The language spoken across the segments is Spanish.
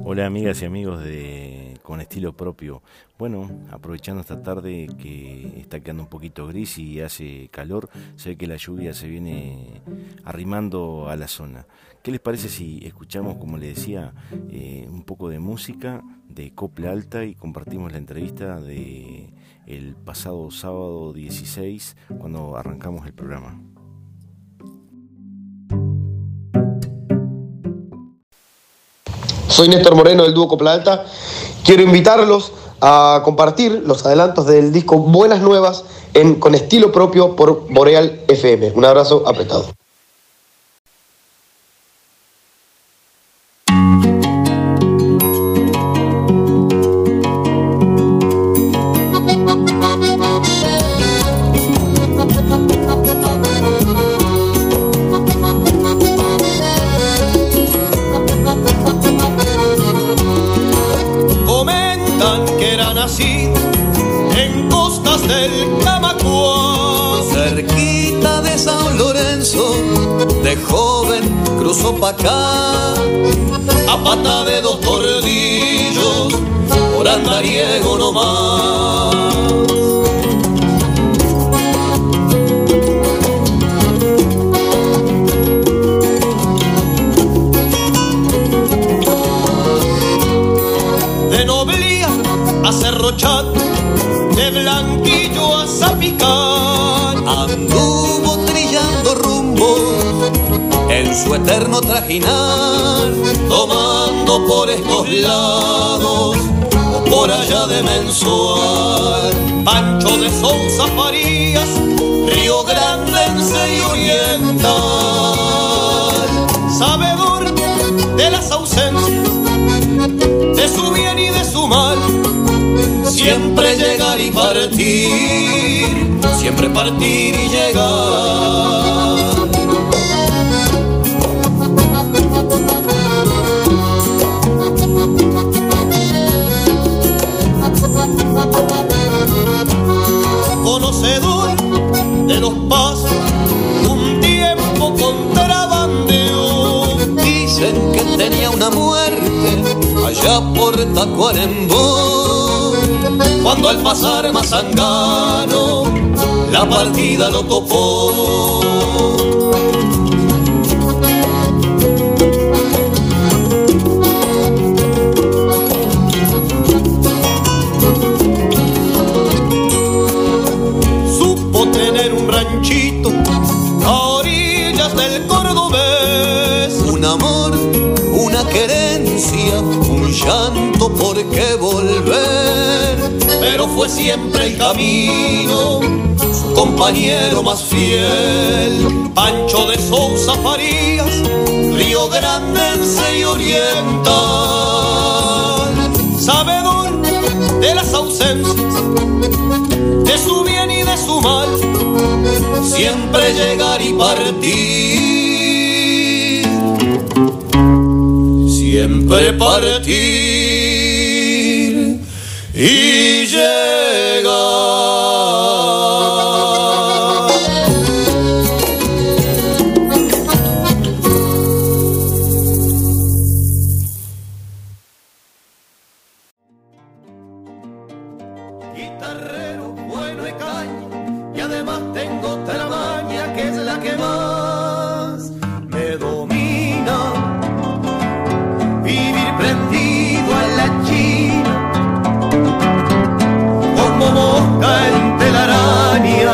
Hola amigas y amigos de Con Estilo Propio. Bueno, aprovechando esta tarde que está quedando un poquito gris y hace calor, se ve que la lluvia se viene arrimando a la zona. ¿Qué les parece si escuchamos, como les decía, un poco de música de copla alta y compartimos la entrevista de el pasado sábado 16 cuando arrancamos el programa? Soy Néstor Moreno del dúo Copla Alta. Quiero invitarlos a compartir los adelantos del disco Buenas Nuevas Con Estilo Propio por Boreal FM. Un abrazo apretado. En costas del Camacuá, cerquita de San Lorenzo, de joven cruzó pa' acá, a pata de dos tordillos, por andariego nomás. De Noblía a Cerro Chato, de Blanquillo a Zapicán, anduvo trillando rumbo en su eterno trajinar, tomando por estos lados o por allá de Mensual. Pancho de Sousa Farías, Río Grandense y Oriental, sabedor de las ausencias, de su bien y de su mal, siempre llegar y partir, siempre partir y llegar. Conocedor de los pasos, un tiempo contrabandeó. Dicen que tenía una muerte allá por Tacuarembó, cuando al pasar Mazangano la partida lo topó. Supo tener un ranchito a orillas del Cordobés, un amor, una querencia, un llanto por qué volver, pero fue siempre el camino su compañero más fiel. Pancho de Sousa Farías, Río Grandense y Oriental, sabedor de las ausencias, de su bien y de su mal, siempre llegar y partir, siempre partir y llegar. Guitarrero bueno de caña, y además tengo otra maña que es la que más me domina: vivir prendido a la china como mosca en telaraña.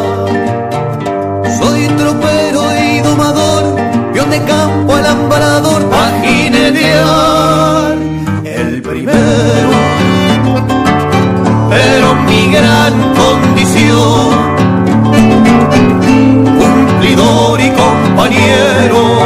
Soy tropero y domador, peón de campo, alambrador, pa' jinetear el primero. Pero mi gran condición, cumplidor y compañero.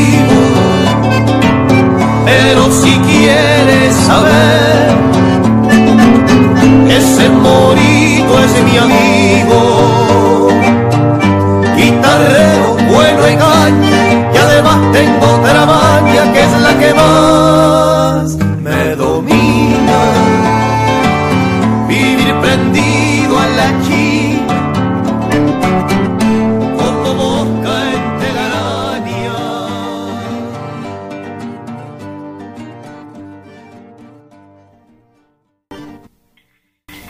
Pero si quieres saber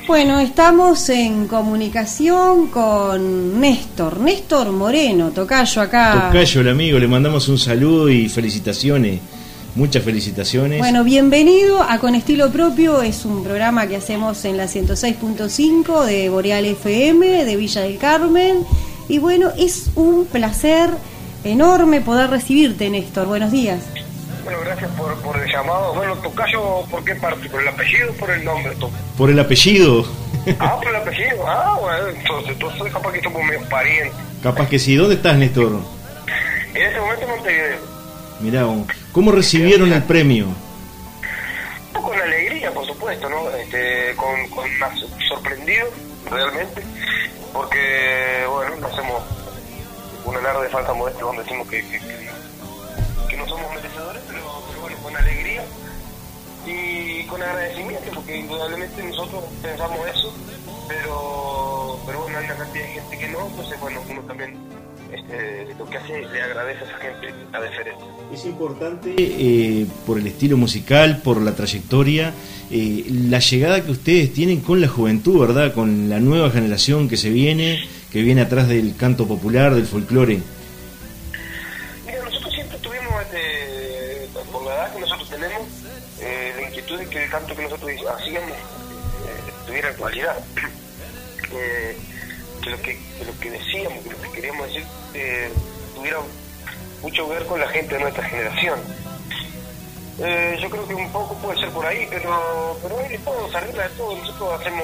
Bueno, estamos en comunicación con Néstor Moreno, tocayo acá. Tocayo, el amigo, le mandamos un saludo y felicitaciones, muchas felicitaciones. Bueno, bienvenido a Con Estilo Propio, es un programa que hacemos en la 106.5 de Boreal FM, de Villa del Carmen. Y bueno, es un placer enorme poder recibirte, Néstor. Buenos días. Bueno, gracias por el llamado. Bueno, tocayo, ¿por qué parte? ¿Por el apellido o por el nombre? Por el apellido. Por el apellido. Bueno, entonces capaz que somos medio parientes. Capaz que sí. ¿Dónde estás, Néstor? En este momento en Montevideo. Mirá, ¿cómo recibieron el premio? Con alegría, por supuesto, ¿no? Con más sorprendido, realmente, porque, bueno, no hacemos un alarde de falsa modestia donde decimos que no somos merecedores, pero bueno, con alegría y con agradecimiento, porque indudablemente nosotros pensamos eso, pero bueno, hay una cantidad de gente que no, entonces bueno, uno también lo que hace le agradece a esa gente la deferencia. Es importante por el estilo musical, por la trayectoria, la llegada que ustedes tienen con la juventud, ¿verdad? Con la nueva generación que viene atrás del canto popular, del folclore. Por la edad que nosotros tenemos, la inquietud de que el canto que nosotros hacíamos tuviera actualidad, que lo que decíamos, que lo que queríamos decir tuviera mucho que ver con la gente de nuestra generación. Yo creo que un poco puede ser por ahí, pero hay de todo, se arregla de todo. Nosotros hacemos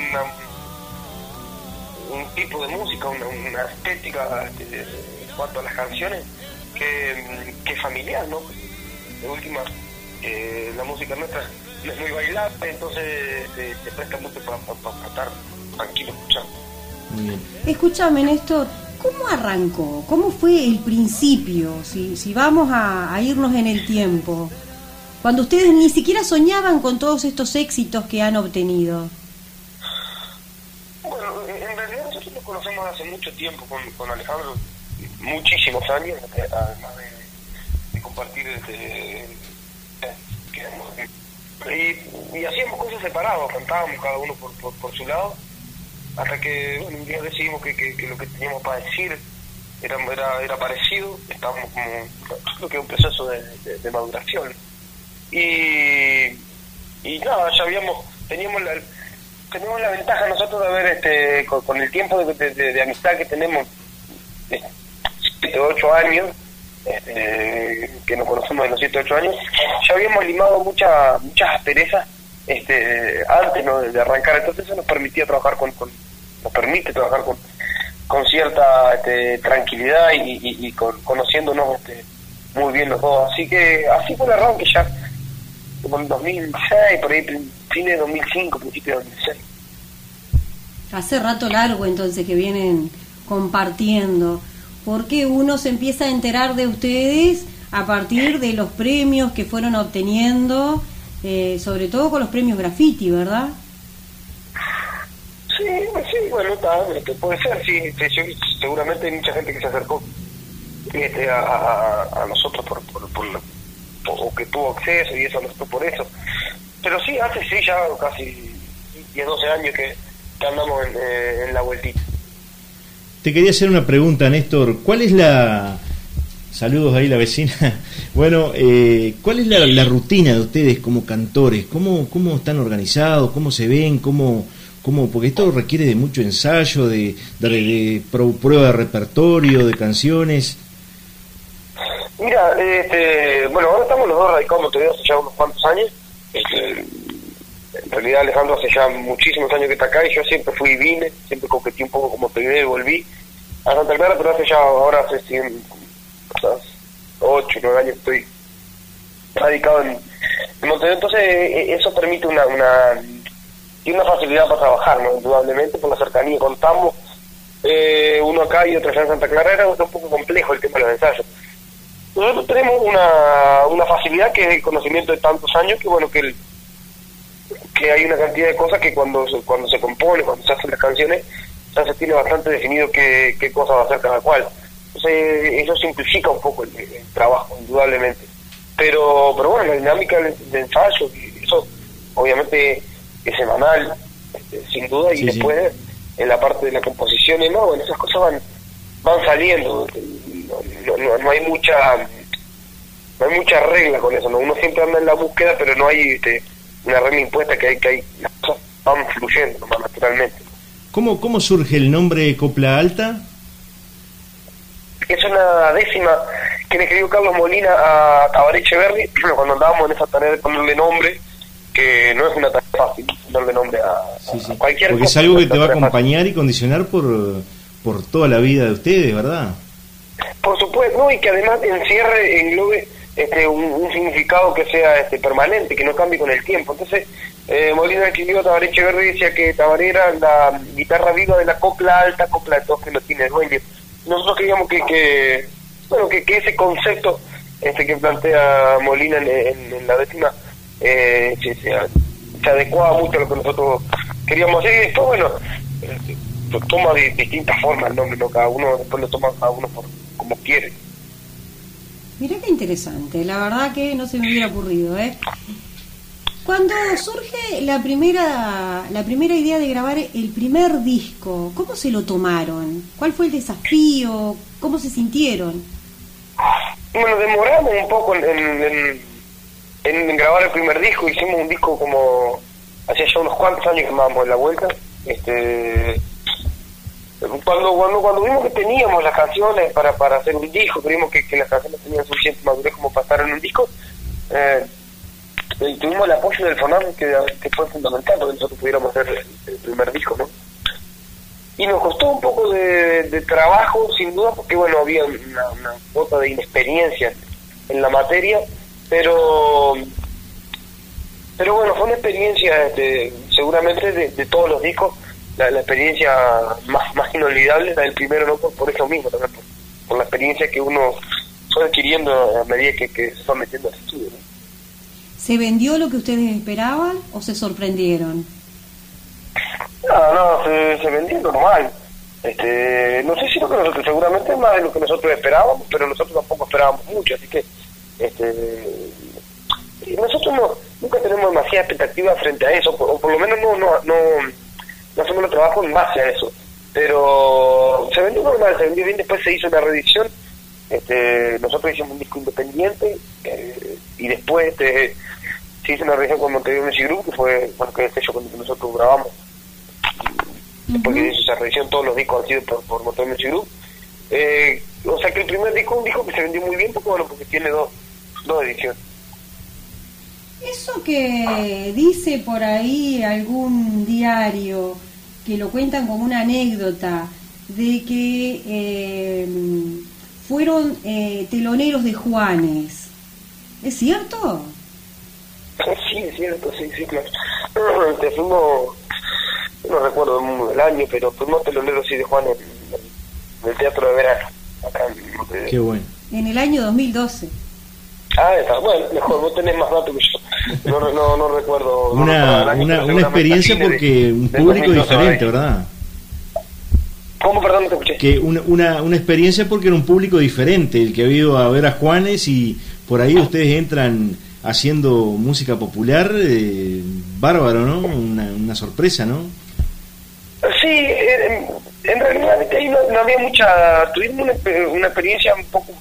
un tipo de música, una estética en cuanto a las canciones que es familiar, ¿no? De última, la música nuestra no es muy bailable, entonces te presta mucho para estar tranquilo escuchando. Muy bien. Escúchame, Néstor, ¿cómo arrancó? ¿Cómo fue el principio? Si vamos a irnos en el tiempo, cuando ustedes ni siquiera soñaban con todos estos éxitos que han obtenido. Bueno, en realidad nosotros nos conocemos hace mucho tiempo con Alejandro, muchísimos años, además de compartir y hacíamos cosas separadas, cantábamos cada uno por su lado, hasta que bueno, un día decidimos que lo que teníamos para decir era parecido. Estábamos como, creo que un proceso de maduración, y nada, ya teníamos la ventaja nosotros de haber con el tiempo de amistad que tenemos, 7 o 8 años, que nos conocemos de los 7 o 8 años, ya habíamos limado muchas asperezas antes, ¿no?, de arrancar. Entonces eso nos permitía trabajar nos permite trabajar con cierta tranquilidad y conociéndonos muy bien los dos. Así fue el arranque ya como en 2006, por ahí fines de 2005, principio de 2006. Hace rato largo entonces que vienen compartiendo, porque uno se empieza a enterar de ustedes a partir de los premios que fueron obteniendo, sobre todo con los premios Graffiti, ¿verdad? Sí, bueno, puede ser, sí, seguramente hay mucha gente que se acercó a nosotros o que tuvo acceso y eso no estuvo por eso, pero sí, hace ya casi 10, 12 años que andamos en la vueltita. Te quería hacer una pregunta, Néstor. ¿Cuál es saludos ahí la vecina? Bueno, ¿cuál es la rutina de ustedes como cantores? ¿Cómo están organizados? ¿Cómo se ven? ¿Cómo? Porque esto requiere de mucho ensayo, de prueba de repertorio, de canciones. Mira, bueno, ahora estamos los dos radicados en Montevideo hace ya unos cuantos años. En realidad Alejandro hace ya muchísimos años que está acá, y yo siempre fui y vine, siempre coqueteé un poco como Montevideo y volví a Santa Clara, pero ahora hace 8 o 9 años estoy radicado en Montevideo. Entonces eso permite una facilidad para trabajar, ¿no? Indudablemente, por la cercanía. Contamos uno acá y otro allá en Santa Clara, era un poco complejo el tema de los ensayos. Nosotros tenemos una facilidad que es el conocimiento de tantos años, que bueno, que hay una cantidad de cosas que cuando se compone, cuando se hacen las canciones, ya se tiene bastante definido qué cosa va a hacer cada cual. Entonces eso simplifica un poco el trabajo, indudablemente. Pero bueno, la dinámica de ensayo, eso obviamente es semanal, sin duda, y Sí, después en la parte de la composición y no, bueno, esas cosas van saliendo, no hay mucha regla con eso, ¿no? Uno siempre anda en la búsqueda, pero no hay una regla impuesta, que hay las cosas van fluyendo más naturalmente. ¿Cómo surge el nombre Copla Alta? Es una décima que le escribió Carlos Molina a Tabaré Echeverri cuando andábamos en esa tarea de ponerle nombre, que no es una tarea fácil ponerle nombre a cualquier porque cosa. Es algo que te va a acompañar y condicionar por toda la vida de ustedes, ¿verdad? Por supuesto, ¿no? Y que además englobe un significado que sea permanente, que no cambie con el tiempo. Entonces, Molina escribió a Tabaré Echeverri y decía que Tabaré era la guitarra viva de la copla alta, copla de todos que no tiene dueño. Nosotros queríamos que ese concepto que plantea Molina en la décima se adecuaba mucho a lo que nosotros queríamos hacer, y después, bueno, toma de distintas formas el nombre, ¿no? Cada uno después lo toma cada uno como quiere. Mirá qué interesante, la verdad que no se me hubiera ocurrido, ¿eh? Cuando surge la primera idea de grabar el primer disco, ¿cómo se lo tomaron? ¿Cuál fue el desafío? ¿Cómo se sintieron? Bueno, demoramos un poco en grabar el primer disco. Hicimos un disco como hacía ya unos cuantos años que andábamos en la vuelta. Cuando vimos que teníamos las canciones para hacer un disco, creímos que las canciones tenían suficiente madurez como para estar en un disco, y tuvimos el apoyo del FONAM, que fue fundamental para que nosotros pudiéramos hacer el primer disco, ¿no? Y nos costó un poco de trabajo, sin duda, porque bueno, había una cuota de inexperiencia en la materia, pero bueno, fue una experiencia seguramente de todos los discos, la experiencia más inolvidable, la del primero, no por eso mismo, también por la experiencia que uno fue adquiriendo a medida que se fue metiendo al estudio, ¿no? ¿Se vendió lo que ustedes esperaban o se sorprendieron? No, se vendió normal. No sé si lo que nosotros, seguramente más de lo que nosotros esperábamos, pero nosotros tampoco esperábamos mucho, así que nosotros nunca tenemos demasiada expectativa frente a eso, o por lo menos no hacemos el trabajo en base a eso, pero se vendió normal, se vendió bien. Después se hizo una reedición, nosotros hicimos un disco independiente, y después se hizo una reedición con Montevideo Music Group, que fue que el sello con el que nosotros grabamos. Después que hizo esa reedición, todos los discos han sido por Montevideo Music Group. O sea que el primer disco es un disco que se vendió muy bien, porque tiene dos ediciones. Eso que dice por ahí algún diario, que lo cuentan como una anécdota, de que fueron teloneros de Juanes, ¿es cierto? Sí, es cierto, sí, claro. Fuimos, no recuerdo el año, pero fuimos teloneros de Juanes en el Teatro de Verano, acá en Montevideo. Qué bueno. En el año 2012. Está bueno, mejor, vos tenés más datos que yo. No recuerdo. Una experiencia porque un público diferente, ¿verdad? ¿Cómo? Perdón, no te escuché. Que una experiencia porque era un público diferente, el que ha ido a ver a Juanes, y por ahí ustedes entran haciendo música popular, bárbaro, ¿no? Una sorpresa, ¿no? Sí, en realidad ahí no había mucha. Tuvimos una experiencia un poco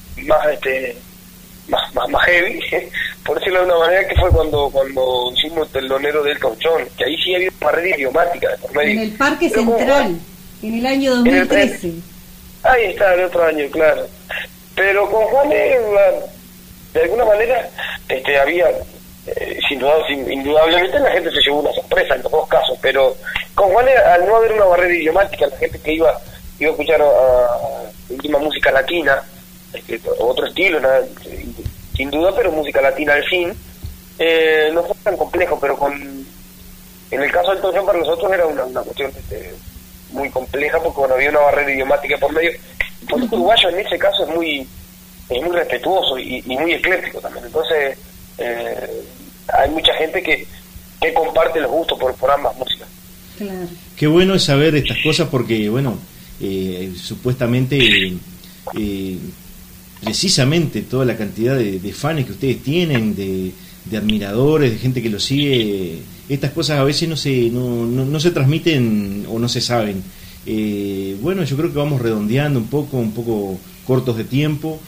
más heavy, por decirlo de una manera, que fue cuando hicimos el telonero del Cauchón, que ahí sí había una barrera idiomática de por medio. En el Parque Central, en el año 2013. Ahí está, el otro año, claro. Pero con Juan, de alguna manera, había, indudablemente la gente se llevó una sorpresa en los dos casos, pero con Juan, al no haber una barrera idiomática, la gente que iba a escuchar última música latina, otro estilo, sin duda, pero música latina al fin, no fue tan complejo, pero en el caso del Cauchón para nosotros era una cuestión muy compleja, porque bueno, había una barrera idiomática por medio. El público uruguayo en ese caso es muy respetuoso y muy ecléctico también, entonces hay mucha gente que comparte los gustos por ambas músicas. Claro. Qué bueno es saber estas cosas porque, bueno, supuestamente precisamente toda la cantidad de fans que ustedes tienen, de admiradores, de gente que lo sigue. Estas cosas a veces no se transmiten o no se saben. Bueno, yo creo que vamos redondeando un poco cortos de tiempo.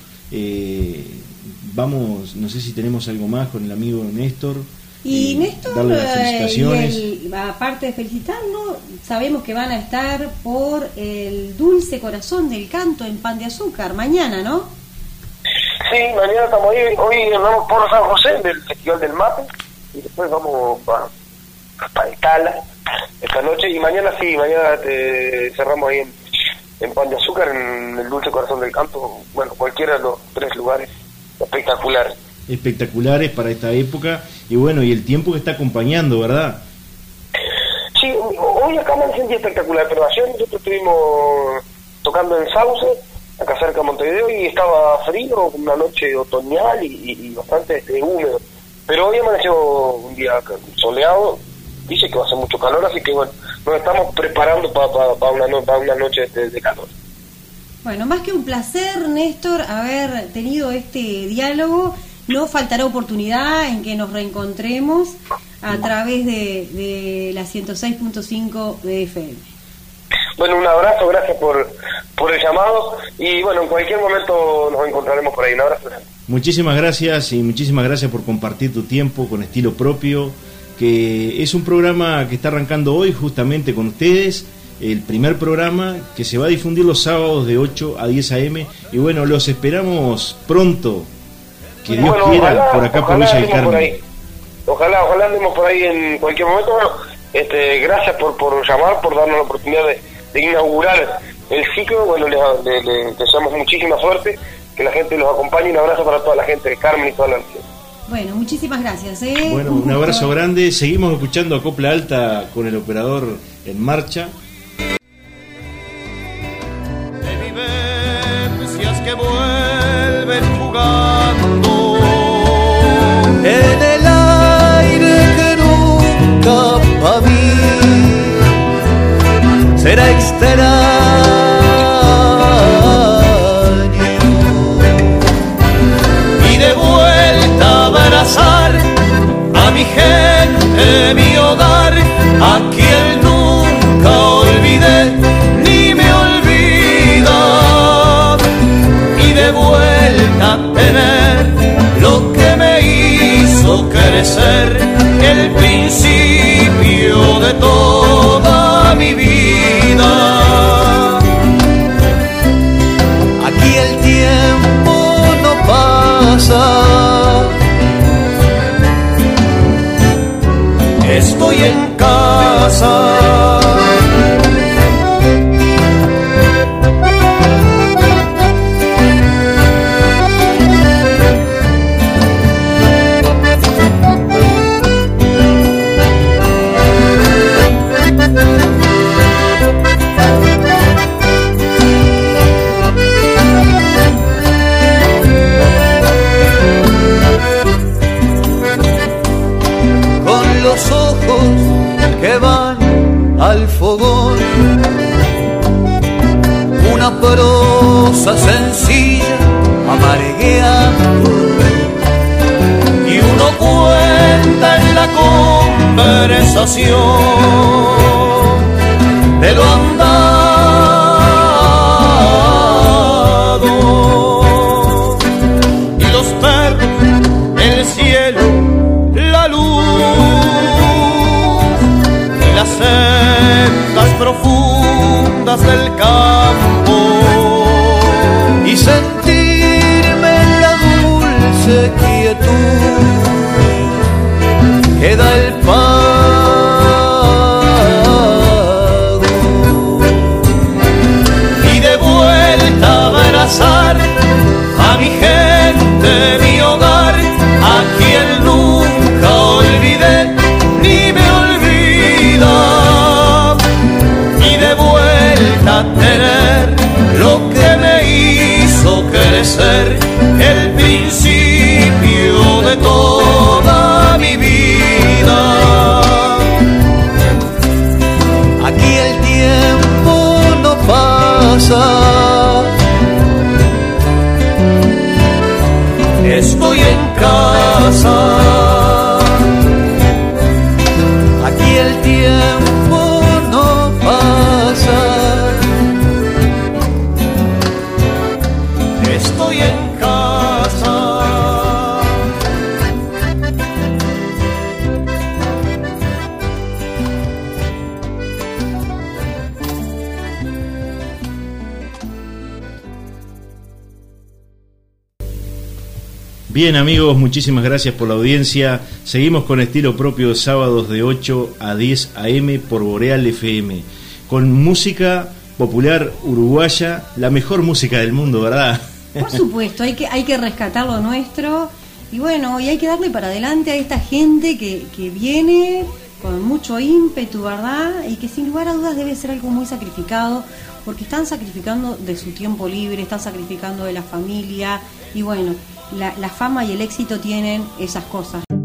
Vamos, no sé si tenemos algo más con el amigo Néstor. Y Néstor, darle las felicitaciones. aparte de felicitarlo, sabemos que van a estar por el Dulce Corazón del Canto en Pan de Azúcar, mañana, ¿no? Sí, mañana estamos ahí. Hoy vamos por San José, del Festival del Mate, y después vamos para el Tala esta noche, y mañana cerramos ahí en Pan de Azúcar, en el Dulce Corazón del Canto. Bueno, cualquiera de los 3 lugares espectaculares para esta época, y bueno, y el tiempo que está acompañando, ¿verdad? Sí, hoy acá me sentí espectacular, pero ayer nosotros estuvimos tocando en Sauce, acá cerca de Montevideo, y estaba frío, una noche otoñal y bastante húmedo, pero hoy amaneció un día soleado, dice que va a hacer mucho calor, así que bueno, nos estamos preparando para una noche de calor. Bueno, más que un placer, Néstor, haber tenido este diálogo. No faltará oportunidad en que nos reencontremos a través de la 106.5 de FM. Bueno, un abrazo, gracias por el llamado, y bueno, en cualquier momento nos encontraremos por ahí. Un abrazo. Muchísimas gracias, y muchísimas gracias por compartir tu tiempo con Estilo Propio, que es un programa que está arrancando hoy justamente con ustedes, el primer programa que se va a difundir los sábados de 8 a 10 a.m. y bueno, los esperamos pronto, que Dios quiera, por acá por Villa del Carmen. Ojalá andemos por ahí en cualquier momento. Bueno, gracias por llamar, por darnos la oportunidad de inaugurar el ciclo. Bueno, les deseamos muchísima suerte, que la gente los acompañe. Un abrazo para toda la gente de Carmen y toda la nación. Bueno, muchísimas gracias. Bueno, un abrazo grande. Seguimos escuchando a Copla Alta con el operador en marcha. Que vuelven jugando en el aire que nunca para mí será extraño, y de vuelta a abrazar a mi gente, mi hogar, a quien nunca olvidé ni me olvida, de vuelta a tener lo que me hizo crecer, el principio de toda mi vida. Aquí el tiempo no pasa, estoy en casa. Que van al fogón, una prosa sencilla amargueando, y uno cuenta en la conversación de lo andado, y los perros, el cielo, la luz, las sendas profundas del campo, y sentirme en la dulce quietud que da el pago, y de vuelta a abrazar a mi gente, mi hogar, a quien nunca olvidé ni me olvida, y de vuelta a tener lo que me hizo crecer, el principio de toda mi vida. Aquí el tiempo no pasa, estoy en casa. Aquí el tiempo no pasa. Estoy en casa. Bien amigos, muchísimas gracias por la audiencia. Seguimos con Estilo Propio, sábados de 8 a 10 AM por Boreal FM, con música popular uruguaya, la mejor música del mundo, ¿verdad? Por supuesto, hay que rescatar lo nuestro y bueno, y hay que darle para adelante a esta gente que viene con mucho ímpetu, ¿verdad? Y que sin lugar a dudas debe ser algo muy sacrificado, porque están sacrificando de su tiempo libre, están sacrificando de la familia y bueno, la fama y el éxito tienen esas cosas.